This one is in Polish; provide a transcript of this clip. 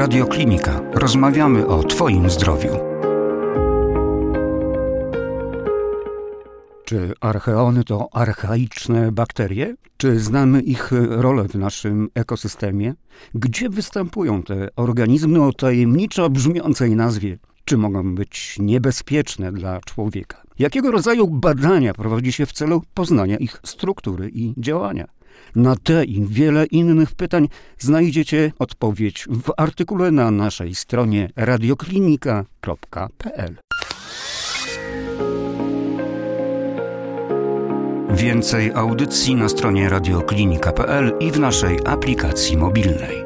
Radioklinika. Rozmawiamy o Twoim zdrowiu. Czy archeony to archaiczne bakterie? Czy znamy ich rolę w naszym ekosystemie? Gdzie występują te organizmy o tajemniczo brzmiącej nazwie? Czy mogą być niebezpieczne dla człowieka? Jakiego rodzaju badania prowadzi się w celu poznania ich struktury i działania? Na te i wiele innych pytań znajdziecie odpowiedź w artykule na naszej stronie radioklinika.pl. Więcej audycji na stronie radioklinika.pl i w naszej aplikacji mobilnej.